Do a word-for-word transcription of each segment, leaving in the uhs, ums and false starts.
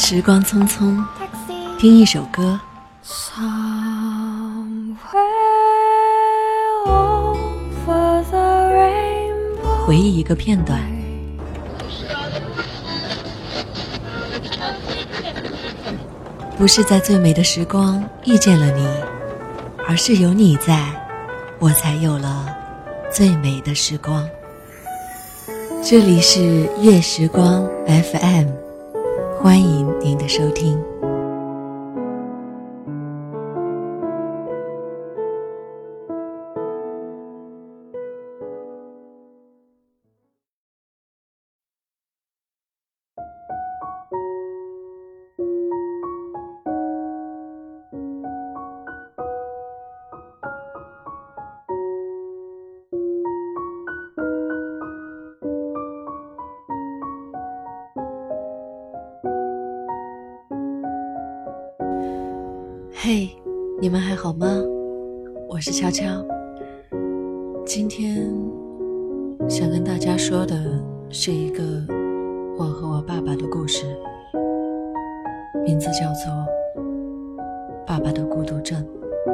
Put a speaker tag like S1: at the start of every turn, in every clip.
S1: 时光匆匆，听一首歌，回忆一个片段。不是在最美的时光遇见了你，而是有你在，我才有了最美的时光。这里是月时光 F M， 欢迎您的收听。嘿，你们还好吗？我是悄悄。今天想跟大家说的是一个我和我爸爸的故事，名字叫做《爸爸的孤独症》。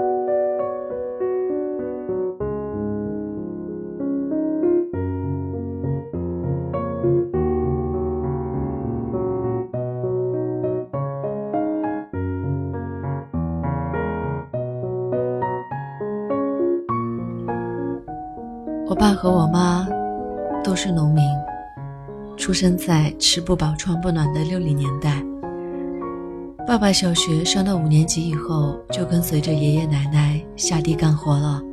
S1: 我爸和我妈都是农民，出生在吃不饱穿不暖的六零年代。爸爸小学上到五年级以后就跟随着爷爷奶奶下地干活了。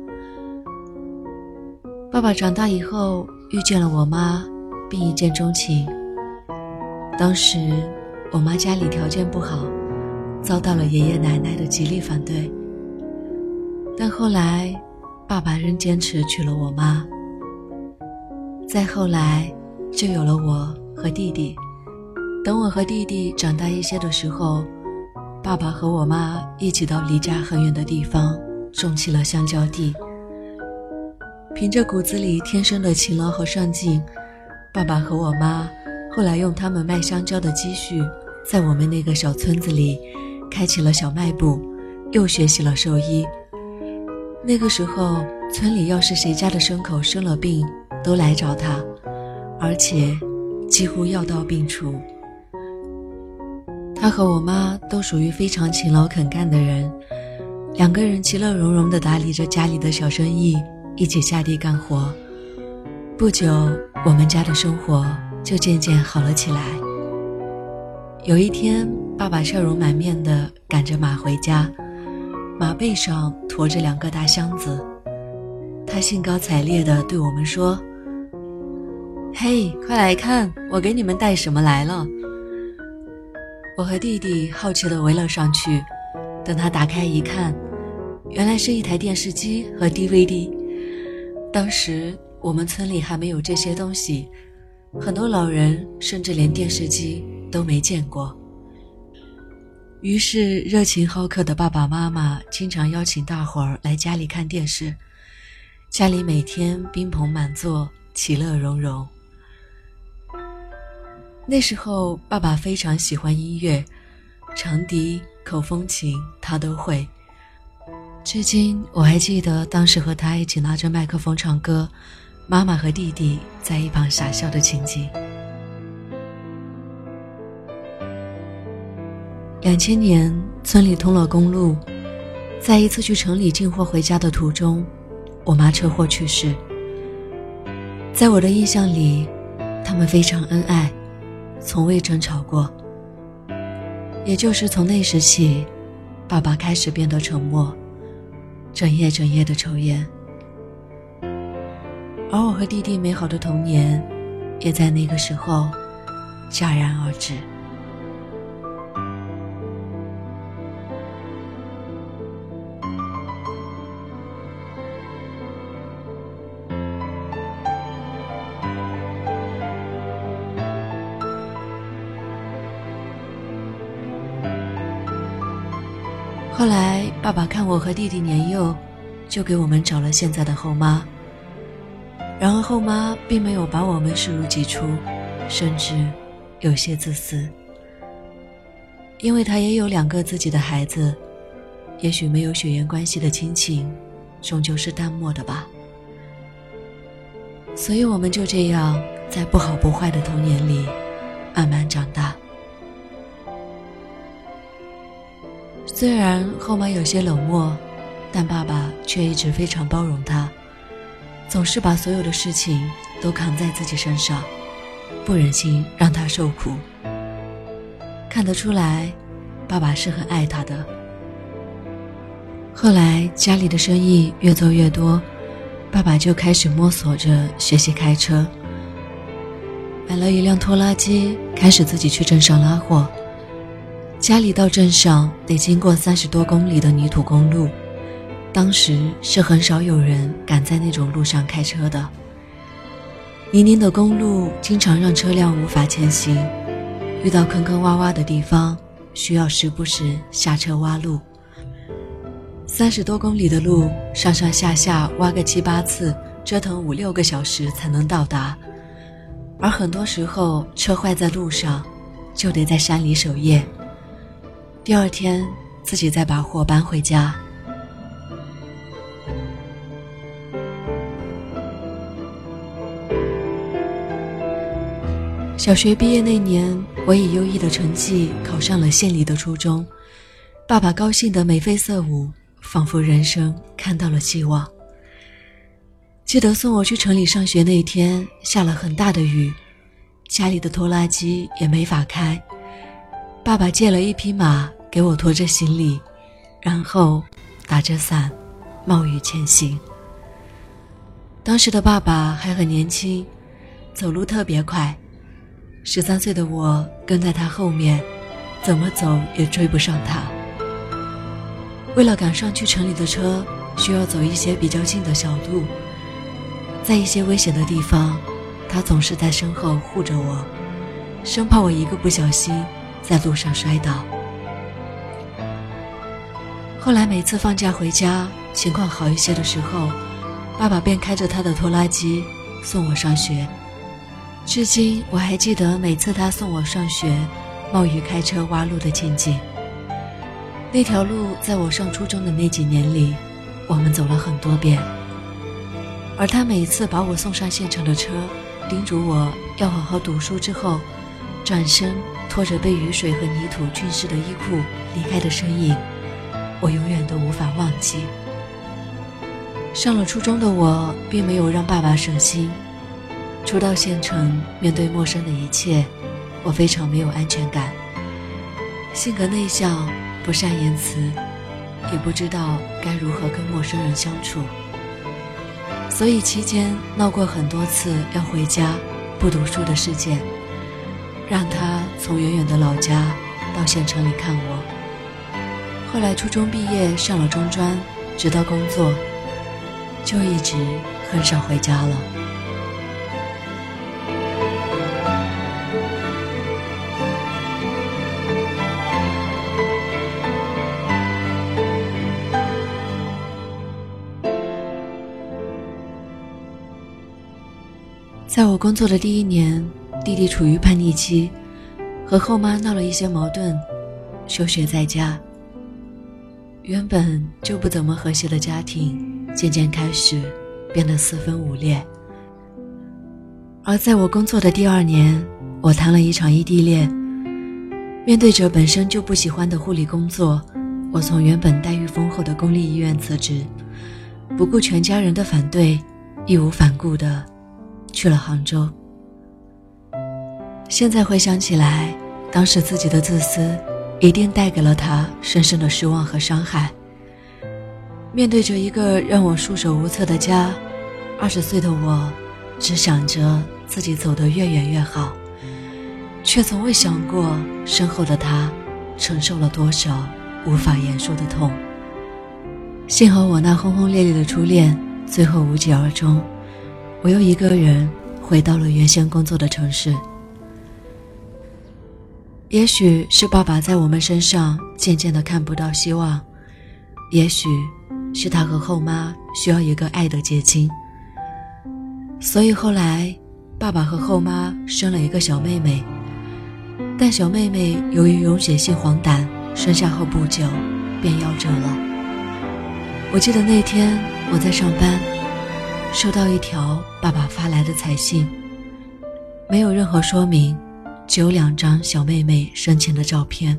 S1: 爸爸长大以后遇见了我妈，并一见钟情。当时我妈家里条件不好，遭到了爷爷奶奶的极力反对，但后来爸爸仍坚持娶了我妈。再后来就有了我和弟弟。等我和弟弟长大一些的时候，爸爸和我妈一起到离家很远的地方种起了香蕉地。凭着骨子里天生的勤劳和上进，爸爸和我妈后来用他们卖香蕉的积蓄，在我们那个小村子里开启了小卖部，又学习了兽医。那个时候村里要是谁家的牲口生了病，都来找他，而且几乎药到病除。他和我妈都属于非常勤劳肯干的人，两个人其乐融融地打理着家里的小生意，一起下地干活。不久，我们家的生活就渐渐好了起来。有一天，爸爸笑容满面地赶着马回家，马背上驮着两个大箱子。他兴高采烈地对我们说：嘿，快来看，我给你们带什么来了。我和弟弟好奇地围了上去，等他打开一看，原来是一台电视机和 D V D。 当时我们村里还没有这些东西，很多老人甚至连电视机都没见过。于是热情好客的爸爸妈妈经常邀请大伙儿来家里看电视，家里每天宾朋满座，其乐融融。那时候爸爸非常喜欢音乐，长笛、口风琴他都会。至今我还记得当时和他一起拿着麦克风唱歌，妈妈和弟弟在一旁傻笑的情景。两千年村里通了公路，在一次去城里进货回家的途中，我妈车祸去世。在我的印象里，他们非常恩爱，从未争吵过。也就是从那时起，爸爸开始变得沉默，整夜整夜的抽烟。而我和弟弟美好的童年也在那个时候戛然而止。后来爸爸看我和弟弟年幼，就给我们找了现在的后妈。然而后妈并没有把我们视如己出，甚至有些自私。 因为他也有两个自己的孩子，也许没有血缘关系的亲情终究是淡漠的吧。所以我们就这样在不好不坏的童年里慢慢长大。虽然后妈有些冷漠，但爸爸却一直非常包容她，总是把所有的事情都扛在自己身上，不忍心让她受苦。看得出来，爸爸是很爱她的。后来家里的生意越做越多，爸爸就开始摸索着学习开车，买了一辆拖拉机，开始自己去镇上拉货。家里到镇上得经过三十多公里的泥土公路，当时是很少有人敢在那种路上开车的。泥泞的公路经常让车辆无法前行，遇到坑坑洼洼的地方，需要时不时下车挖路。三十多公里的路，上上下下挖个七八次，折腾五六个小时才能到达。而很多时候车坏在路上，就得在山里守夜。第二天自己再把货搬回家。小学毕业那年，我以优异的成绩考上了县里的初中，爸爸高兴得眉飞色舞，仿佛人生看到了希望。记得送我去城里上学那天，下了很大的雨，家里的拖拉机也没法开，爸爸借了一匹马给我驮着行李，然后打着伞冒雨前行。当时的爸爸还很年轻，走路特别快，十三岁的我跟在他后面，怎么走也追不上他。为了赶上去城里的车，需要走一些比较近的小路，在一些危险的地方，他总是在身后护着我，生怕我一个不小心在路上摔倒。后来每次放假回家，情况好一些的时候，爸爸便开着他的拖拉机送我上学。至今我还记得每次他送我上学，冒雨开车挖路的情景。那条路在我上初中的那几年里，我们走了很多遍，而他每次把我送上县城的车，叮嘱我要好好读书之后，转身拖着被雨水和泥土浸湿的衣裤离开的身影，我永远都无法忘记。上了初中的我并没有让爸爸省心，初到县城，面对陌生的一切，我非常没有安全感，性格内向，不善言辞，也不知道该如何跟陌生人相处，所以期间闹过很多次要回家不读书的事件，让他从远远的老家到县城里看我。后来初中毕业，上了中专，直到工作，就一直很少回家了。在我工作的第一年，弟弟处于叛逆期，和后妈闹了一些矛盾，休学在家。原本就不怎么和谐的家庭，渐渐开始变得四分五裂。而在我工作的第二年，我谈了一场异地恋。面对着本身就不喜欢的护理工作，我从原本待遇丰厚的公立医院辞职，不顾全家人的反对，义无反顾地去了杭州。现在回想起来，当时自己的自私一定带给了他深深的失望和伤害。面对着一个让我束手无策的家，二十岁的我只想着自己走得越远越好，却从未想过身后的他承受了多少无法言说的痛。幸好我那轰轰烈烈的初恋最后无疾而终，我又一个人回到了原先工作的城市。也许是爸爸在我们身上渐渐地看不到希望，也许是他和后妈需要一个爱的结晶，所以后来爸爸和后妈生了一个小妹妹。 但小妹妹由于溶血性黄疸，生下后不久便夭折了。我记得那天我在上班，收到一条爸爸发来的彩信，没有任何说明，只有两张小妹妹生前的照片。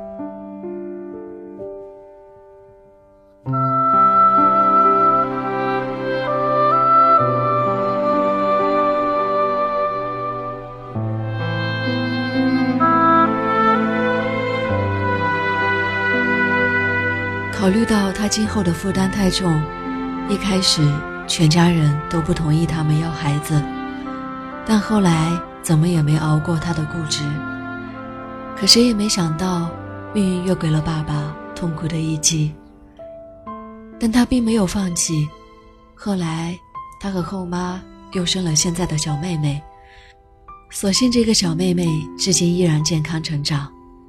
S1: 考虑到他今后的负担太重，一开始全家人都不同意他们要孩子，但后来怎么也没熬过他的固执。可谁也没想到，命运又给了爸爸痛苦的一击。但他并没有放弃，后来他和后妈又生了现在的小妹妹，所幸这个小妹妹至今依然健康成长。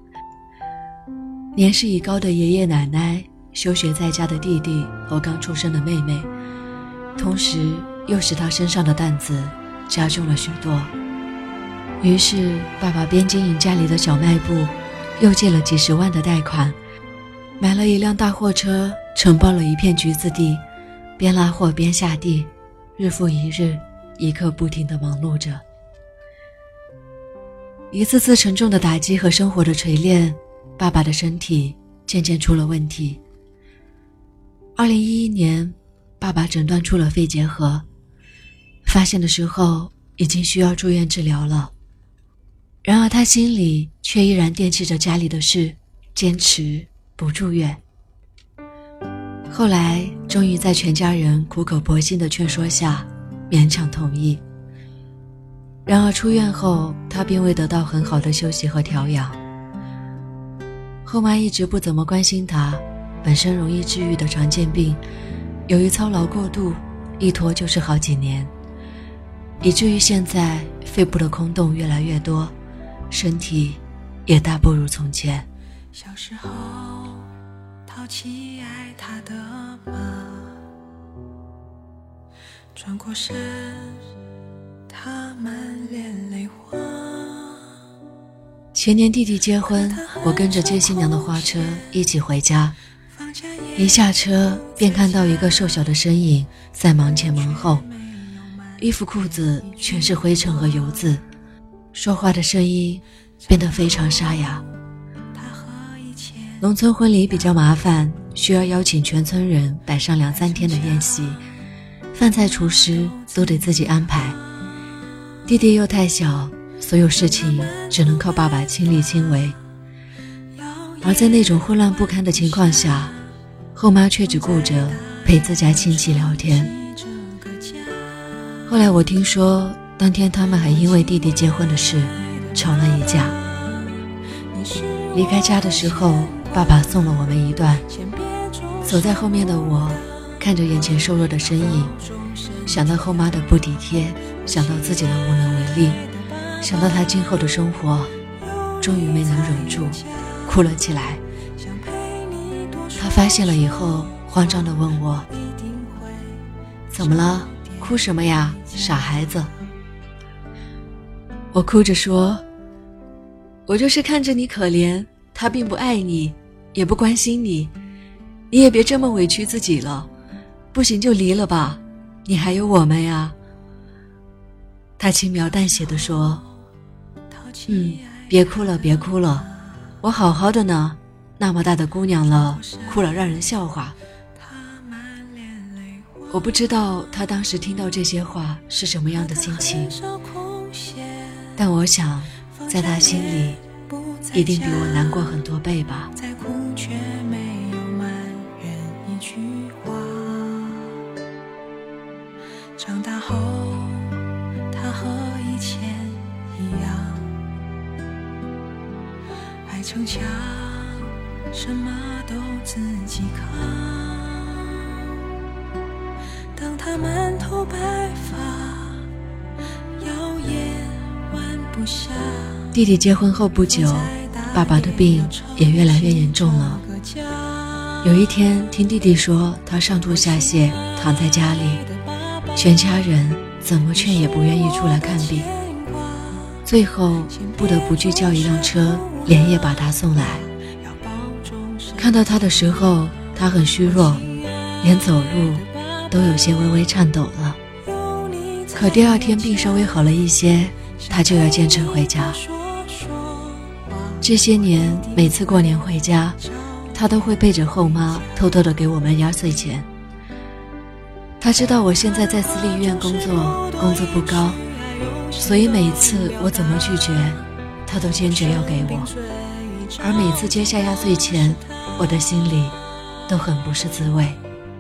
S1: 年事已高的爷爷奶奶，休学在家的弟弟和刚出生的妹妹，同时又使他身上的担子加重了许多。于是爸爸边经营家里的小卖部，又借了几十万的贷款，买了一辆大货车，承包了一片橘子地，边拉货边下地，日复一日，一刻不停地忙碌着。一次次沉重的打击和生活的锤炼，爸爸的身体渐渐出了问题。二零一一年，爸爸诊断出了肺结核，发现的时候已经需要住院治疗了。然而他心里却依然惦记着家里的事，坚持不住院。后来终于在全家人苦口婆心的劝说下，勉强同意。然而出院后，他并未得到很好的休息和调养。后妈一直不怎么关心他，本身容易治愈的常见病，由于操劳过度，一拖就是好几年，以至于现在肺部的空洞越来越多，身体也大不如从前。
S2: 小时候淘气爱他的妈，转过身他满脸泪花。
S1: 前年弟弟结婚，我跟着接新娘的花车一起回家，一下车便看到一个瘦小的身影在忙前忙后，衣服裤子全是灰尘和油渍，说话的声音变得非常沙哑。农村婚礼比较麻烦，需要邀请全村人摆上两三天的宴席，饭菜厨师都得自己安排。弟弟又太小，所有事情只能靠爸爸亲力亲为。而在那种混乱不堪的情况下，后妈却只顾着陪自家亲戚聊天。后来我听说，当天他们还因为弟弟结婚的事吵了一架。离开家的时候，爸爸送了我们一段，走在后面的我看着眼前瘦弱的身影，想到后妈的不体贴，想到自己的无能为力，想到他今后的生活，终于没能忍住哭了起来。他发现了以后，慌张地问我，怎么了？哭什么呀，傻孩子。我哭着说，我就是看着你可怜，他并不爱你，也不关心你，你也别这么委屈自己了，不行就离了吧，你还有我们呀。他轻描淡写地说，嗯，别哭了别哭了，我好好的呢，那么大的姑娘了，哭了让人笑话。我不知道他当时听到这些话是什么样的心情，但我想在他心里一定比我难过很多倍吧。
S2: 再哭却没有埋怨一句话。长大后他和以前一样，爱逞强，什么都自己扛。当他满头白发，摇曳弯不下。
S1: 弟弟结婚后不久，爸爸的病也越来越严重了。有一天听弟弟说他上吐下泻，躺在家里，全家人怎么劝也不愿意出来看病。 最后不得不去叫一辆车连夜把他送来。看到他的时候，他很虚弱，连走路都有些微微颤抖了。可第二天病稍微好了一些，他就要坚持回家。这些年每次过年回家，他都会背着后妈偷偷地给我们压岁钱。他知道我现在在私立医院工作，工资不高，所以每次我怎么拒绝，他都坚决要给我。而每次接下压岁钱，我的心里都很不是滋味。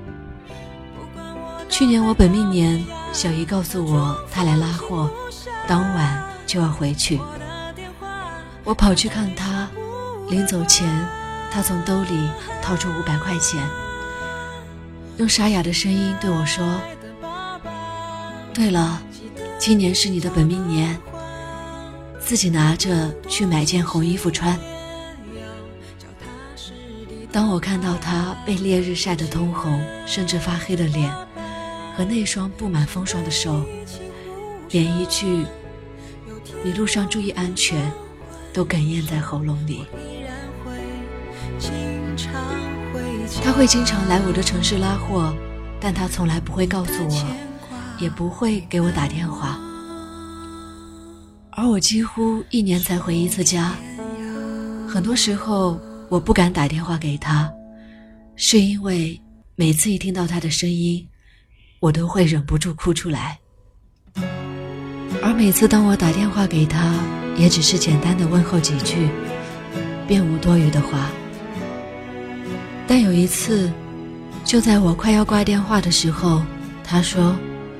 S1: 去年我本命年，小姨告诉我她来拉货，当晚就要回去。我跑去看她，临走前她从兜里掏出五百块钱，用沙哑的声音对我说，对了，今年是你的本命年，自己拿着去买件红衣服穿。当我看到她被烈日晒得通红甚至发黑的脸和那双布满风霜的手，连一句你路上注意安全都哽咽在喉咙里。他会经常来我的城市拉货，但他从来不会告诉我，也不会给我打电话。而我几乎一年才回一次家，很多时候我不敢打电话给他，是因为每次一听到他的声音，我都会忍不住哭出来。而每次当我打电话给他，也只是简单的问候几句，便无多余的话。但有一次，就在我快要挂电话的时候，他说，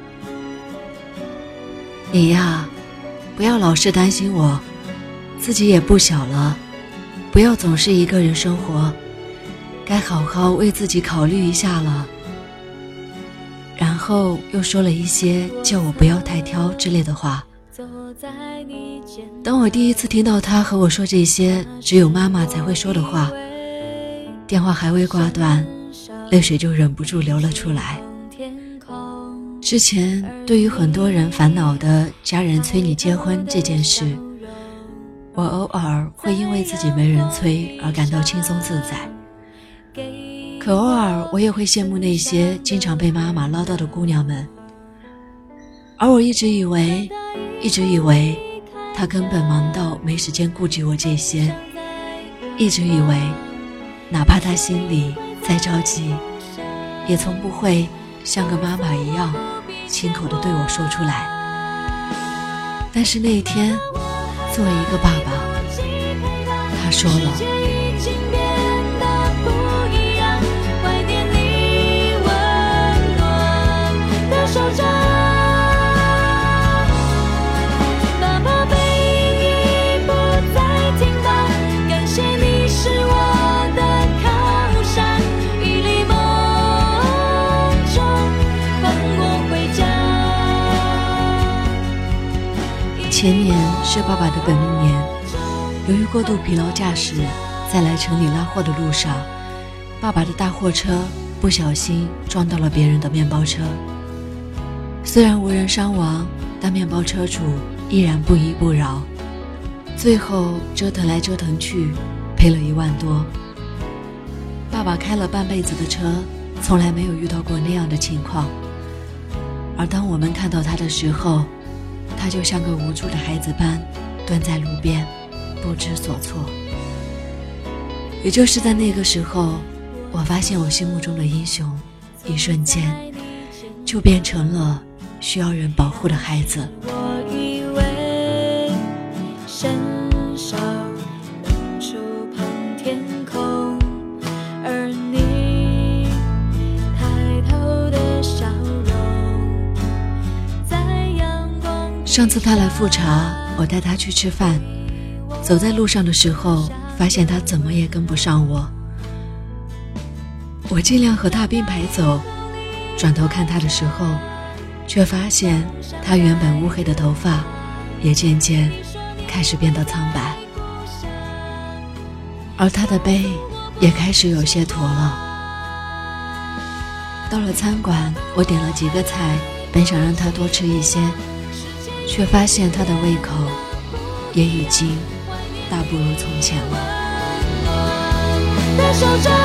S1: 你呀，不要老是担心我，自己也不小了，不要总是一个人生活，该好好为自己考虑一下了。然后又说了一些叫我不要太挑之类的话。当我第一次听到他和我说这些只有妈妈才会说的话，电话还未挂断，泪水就忍不住流了出来。之前对于很多人烦恼的家人催你结婚这件事，我偶尔会因为自己没人催而感到轻松自在，可偶尔我也会羡慕那些经常被妈妈唠叨的姑娘们。而我一直以为一直以为她根本忙到没时间顾及我这些，一直以为哪怕她心里再着急，也从不会像个妈妈一样亲口地对我说出来。但是那一天，作为一个爸爸，他说了，前年是爸爸的本命年，由于过度疲劳驾驶，在来城里拉货的路上，爸爸的大货车不小心撞到了别人的面包车。虽然无人伤亡，但面包车主依然不依不饶，最后折腾来折腾去，赔了一万多。爸爸开了半辈子的车，从来没有遇到过那样的情况。而当我们看到他的时候，他就像个无助的孩子般蹲在路边，不知所措。也就是在那个时候，我发现我心目中的英雄，一瞬间就变成了需要人保护的孩子。
S2: 我以为伸手能触碰天空，而你抬头的笑容在阳光。
S1: 上次他来复查，我带他去吃饭，走在路上的时候，发现他怎么也跟不上我。我尽量和他并排走，转头看他的时候，却发现他原本乌黑的头发也渐渐开始变得苍白，而他的背也开始有些驼了。到了餐馆，我点了几个菜，本想让他多吃一些，却发现他的胃口也已经大不如从前了。
S2: 的手掌，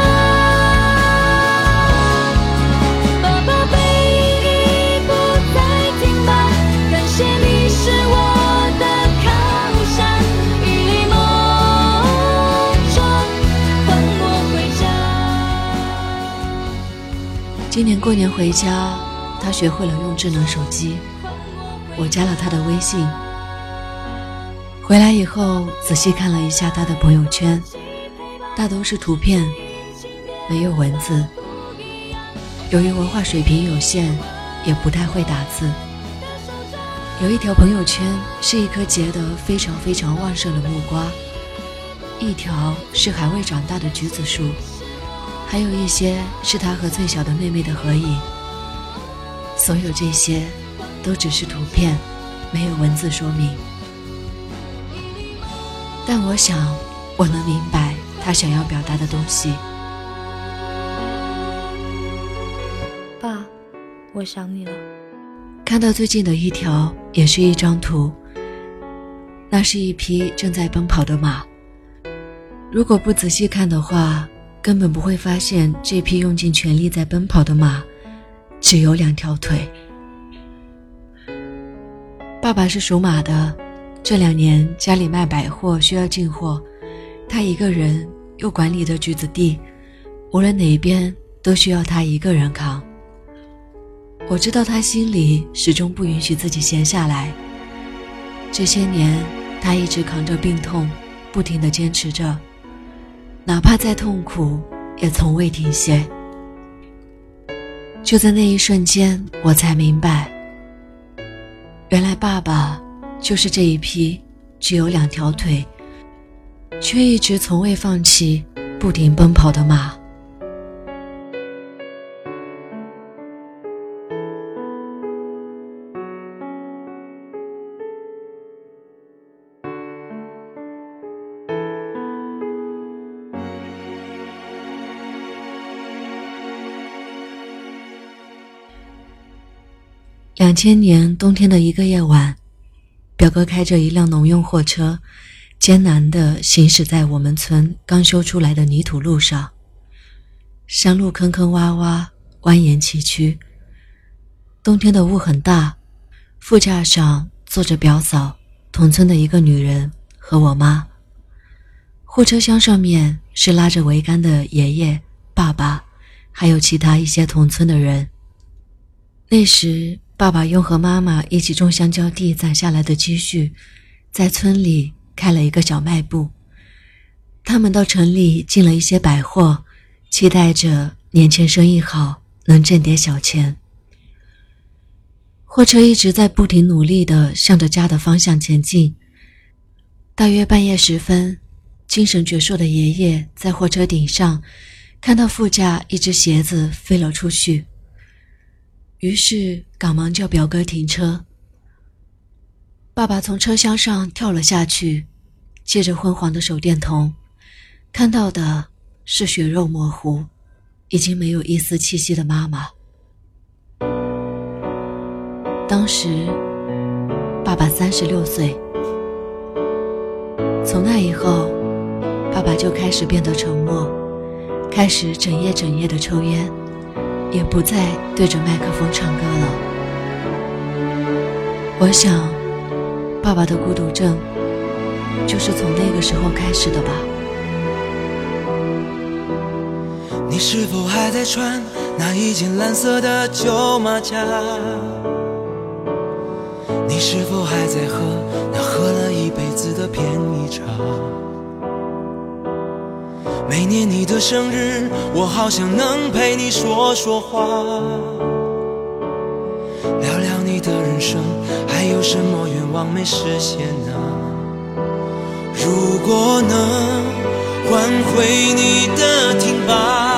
S2: 爸爸背影不再停摆，感谢你是我的靠山，一粒梦中换我回家。
S1: 今年过年回家，他学会了用智能手机，我加了他的微信。回来以后仔细看了一下他的朋友圈，大都是图片，没有文字。由于文化水平有限，也不太会打字。有一条朋友圈是一棵结得非常非常旺盛的木瓜，一条是还未长大的橘子树，还有一些是他和最小的妹妹的合影。所有这些都只是图片，没有文字说明。但我想我能明白他想要表达的东西。
S2: 爸，我想你了。
S1: 看到最近的一条也是一张图，那是一匹正在奔跑的马。如果不仔细看的话，根本不会发现这匹用尽全力在奔跑的马只有两条腿。爸爸是属马的，这两年家里卖百货需要进货，他一个人又管理着橘子地，无论哪边都需要他一个人扛。我知道他心里始终不允许自己闲下来，这些年他一直扛着病痛，不停地坚持着，哪怕再痛苦也从未停歇。就在那一瞬间，我才明白，原来爸爸就是这一匹只有两条腿却一直从未放弃不停奔跑的马。两千年冬天的一个夜晚，表哥开着一辆农用货车，艰难地行驶在我们村刚修出来的泥土路上。山路坑坑洼洼，蜿蜒崎岖。冬天的雾很大，副驾上坐着表嫂，同村的一个女人和我妈。货车厢上面是拉着桅杆的爷爷、爸爸，还有其他一些同村的人。那时爸爸用和妈妈一起种香蕉地攒下来的积蓄，在村里开了一个小卖部。他们到城里进了一些百货，期待着年前生意好，能挣点小钱。货车一直在不停努力地向着家的方向前进。大约半夜时分，精神矍铄的爷爷在货车顶上看到副驾一只鞋子飞了出去，于是赶忙叫表哥停车。爸爸从车厢上跳了下去，借着昏黄的手电筒，看到的是血肉模糊，已经没有一丝气息的妈妈。当时爸爸三十六岁。从那以后，爸爸就开始变得沉默，开始整夜整夜的抽烟，也不再对着麦克风唱歌了。我想爸爸的孤独症就是从那个时候开始的吧。
S3: 你是否还在穿那一件蓝色的旧马甲？你是否还在喝那喝了一辈子的便宜茶？每年你的生日，我好想能陪你说说话，聊聊你的人生，还有什么愿望没实现呢？如果能换回你的挺拔，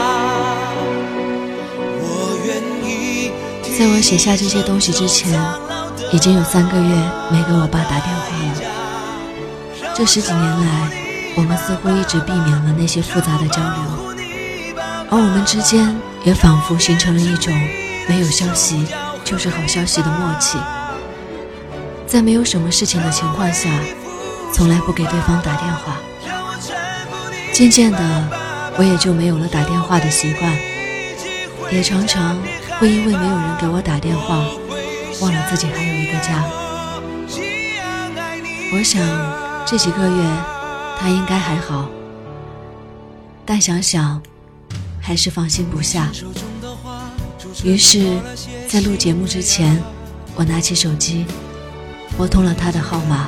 S3: 我愿意。
S1: 在我写下这些东西之前，已经有三个月没给我爸打电话了。这十几年来，我们似乎一直避免了那些复杂的交流，而我们之间也仿佛形成了一种没有消息就是好消息的默契。在没有什么事情的情况下， 从来不给对方打电话。渐渐的，我也就没有了打电话的习惯，也常常会因为没有人给我打电话，忘了自己还有一个家。我想这几个月他应该还好，但想想还是放心不下。于是在录节目之前，我拿起手机拨通了他的号码。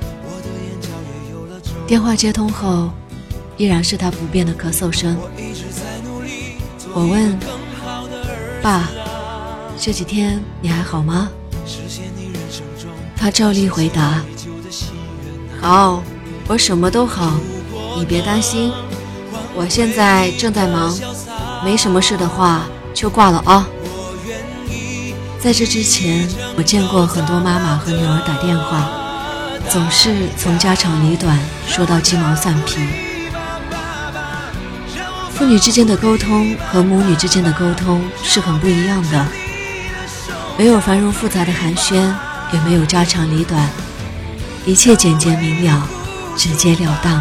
S1: 电话接通后，依然是他不变的咳嗽声。我问：爸，这几天你还好吗？他照例回答：好，我什么都好，你别担心，我现在正在忙，没什么事的话就挂了啊。在这之前，我见过很多妈妈和女儿打电话，总是从家长里短说到鸡毛蒜皮。父女之间的沟通和母女之间的沟通是很不一样的，没有繁荣复杂的寒暄，也没有家长里短，一切简洁明了，直截了当。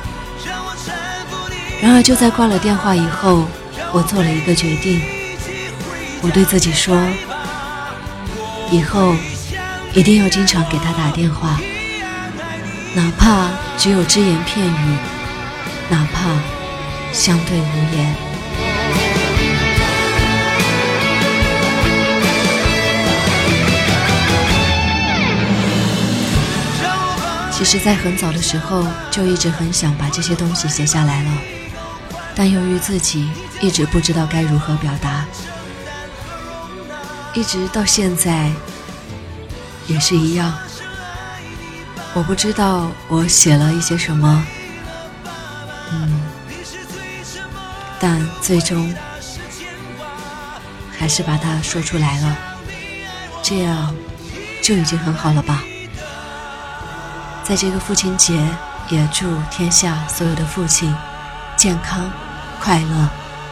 S1: 然而就在挂了电话以后，我做了一个决定，我对自己说，以后一定要经常给他打电话，哪怕只有只言片语，哪怕相对无言。其实在很早的时候就一直很想把这些东西写下来了，但由于自己一直不知道该如何表达，一直到现在也是一样。我不知道我写了一些什么，嗯，但最终还是把它说出来了，这样就已经很好了吧。在这个父亲节，也祝天下所有的父亲健康快乐。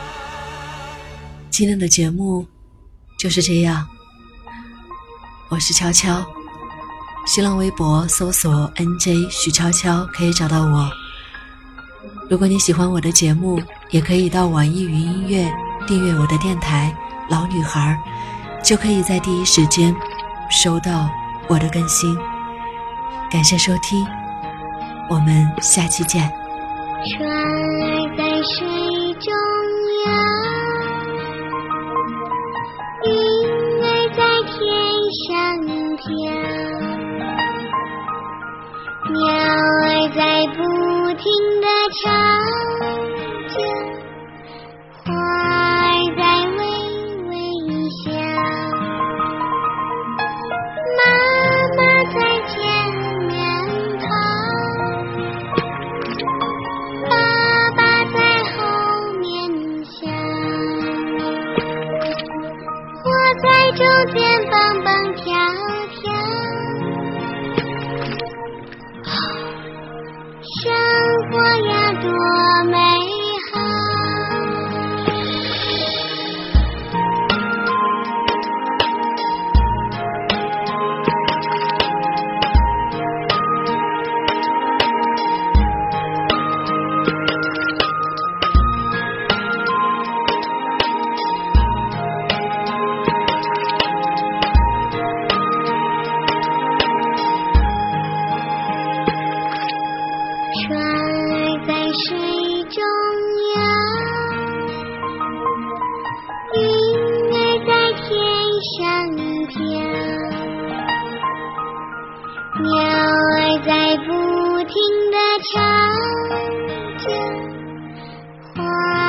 S1: 今天的节目就是这样，我是悄悄，新浪微博搜索 N J 许悄悄可以找到我。如果你喜欢我的节目，也可以到网易云音乐订阅我的电台老女孩，就可以在第一时间收到我的更新。感谢收听，我们下期见。
S4: 船儿在水中摇，云儿在天上飘，鸟儿在不停地唱着，花儿在微微笑，妈妈在前面跑，爸爸在后面笑，我在中间蹦蹦跳跳，生活呀多美好。船儿在水中摇，云儿在天上飘，鸟儿在不停地唱着，花